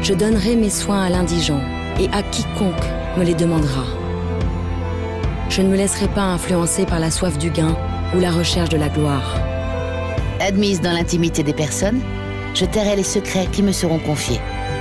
Je donnerai mes soins à l'indigent et à quiconque me les demandera. Je ne me laisserai pas influencer par la soif du gain ou la recherche de la gloire. Admise dans l'intimité des personnes, je tairai les secrets qui me seront confiés.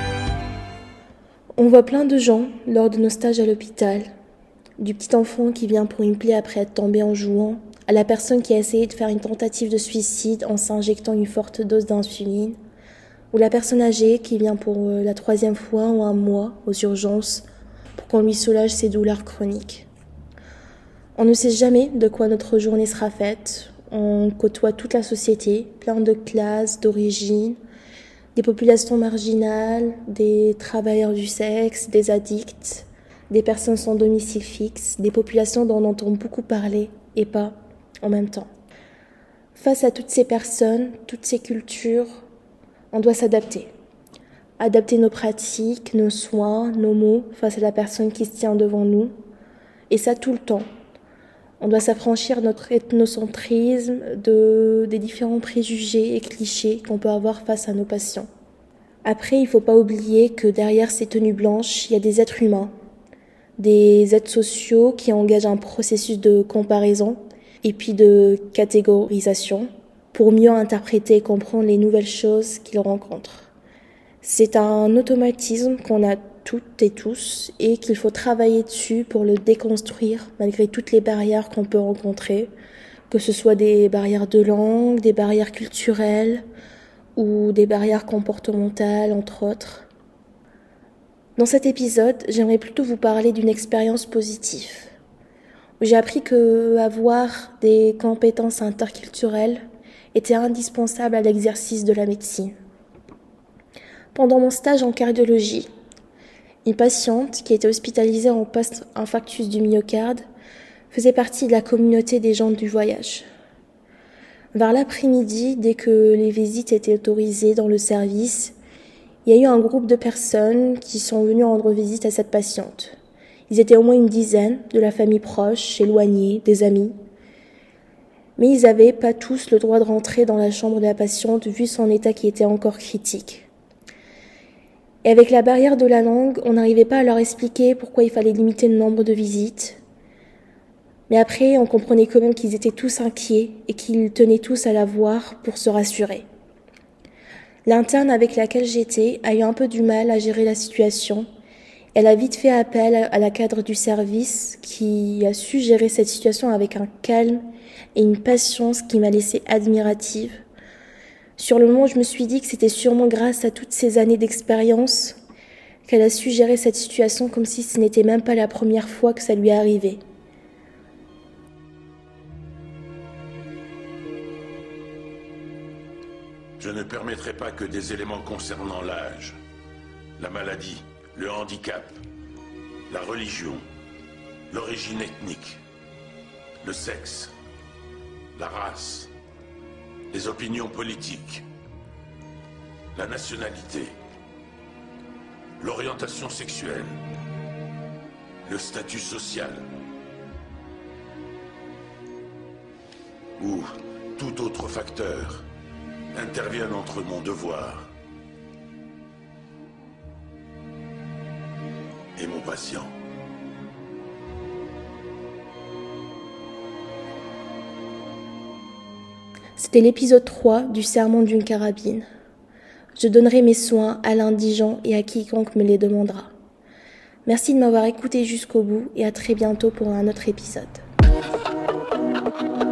On voit plein de gens lors de nos stages à l'hôpital. Du petit enfant qui vient pour une plaie après être tombé en jouant, à la personne qui a essayé de faire une tentative de suicide en s'injectant une forte dose d'insuline, ou la personne âgée qui vient pour la 3e fois en un mois aux urgences pour qu'on lui soulage ses douleurs chroniques. On ne sait jamais de quoi notre journée sera faite. On côtoie toute la société, plein de classes, d'origines, des populations marginales, des travailleurs du sexe, des addicts, des personnes sans domicile fixe, des populations dont on entend beaucoup parler et pas en même temps. Face à toutes ces personnes, toutes ces cultures, on doit s'adapter. Adapter nos pratiques, nos soins, nos mots face à la personne qui se tient devant nous. Et ça tout le temps. On doit s'affranchir de notre ethnocentrisme, des différents préjugés et clichés qu'on peut avoir face à nos patients. Après, il ne faut pas oublier que derrière ces tenues blanches, il y a des êtres humains, des êtres sociaux qui engagent un processus de comparaison et puis de catégorisation pour mieux interpréter et comprendre les nouvelles choses qu'ils rencontrent. C'est un automatisme qu'on a toutes et tous et qu'il faut travailler dessus pour le déconstruire malgré toutes les barrières qu'on peut rencontrer, que ce soit des barrières de langue, des barrières culturelles ou des barrières comportementales entre autres. Dans cet épisode, j'aimerais plutôt vous parler d'une expérience positive. J'ai appris que avoir des compétences interculturelles était indispensable à l'exercice de la médecine. Pendant mon stage en cardiologie, une patiente qui était hospitalisée en post-infarctus du myocarde faisait partie de la communauté des gens du voyage. Vers l'après-midi, dès que les visites étaient autorisées dans le service, il y a eu un groupe de personnes qui sont venues rendre visite à cette patiente. Ils étaient au moins une dizaine, de la famille proche, éloignée, des amis. Mais ils n'avaient pas tous le droit de rentrer dans la chambre de la patiente vu son état qui était encore critique. Et avec la barrière de la langue, on n'arrivait pas à leur expliquer pourquoi il fallait limiter le nombre de visites. Mais après, on comprenait quand même qu'ils étaient tous inquiets et qu'ils tenaient tous à la voir pour se rassurer. L'interne avec laquelle j'étais a eu un peu du mal à gérer la situation. Elle a vite fait appel à la cadre du service qui a su gérer cette situation avec un calme et une patience qui m'a laissée admirative. Sur le moment, je me suis dit que c'était sûrement grâce à toutes ces années d'expérience qu'elle a su gérer cette situation comme si ce n'était même pas la première fois que ça lui arrivait. Je ne permettrai pas que des éléments concernant l'âge, la maladie, le handicap, la religion, l'origine ethnique, le sexe, la race, les opinions politiques, la nationalité, l'orientation sexuelle, le statut social ou tout autre facteur interviennent entre mon devoir et mon patient. C'était l'épisode 3 du Sermon d'une carabine. Je donnerai mes soins à l'indigent et à quiconque me les demandera. Merci de m'avoir écouté jusqu'au bout et à très bientôt pour un autre épisode.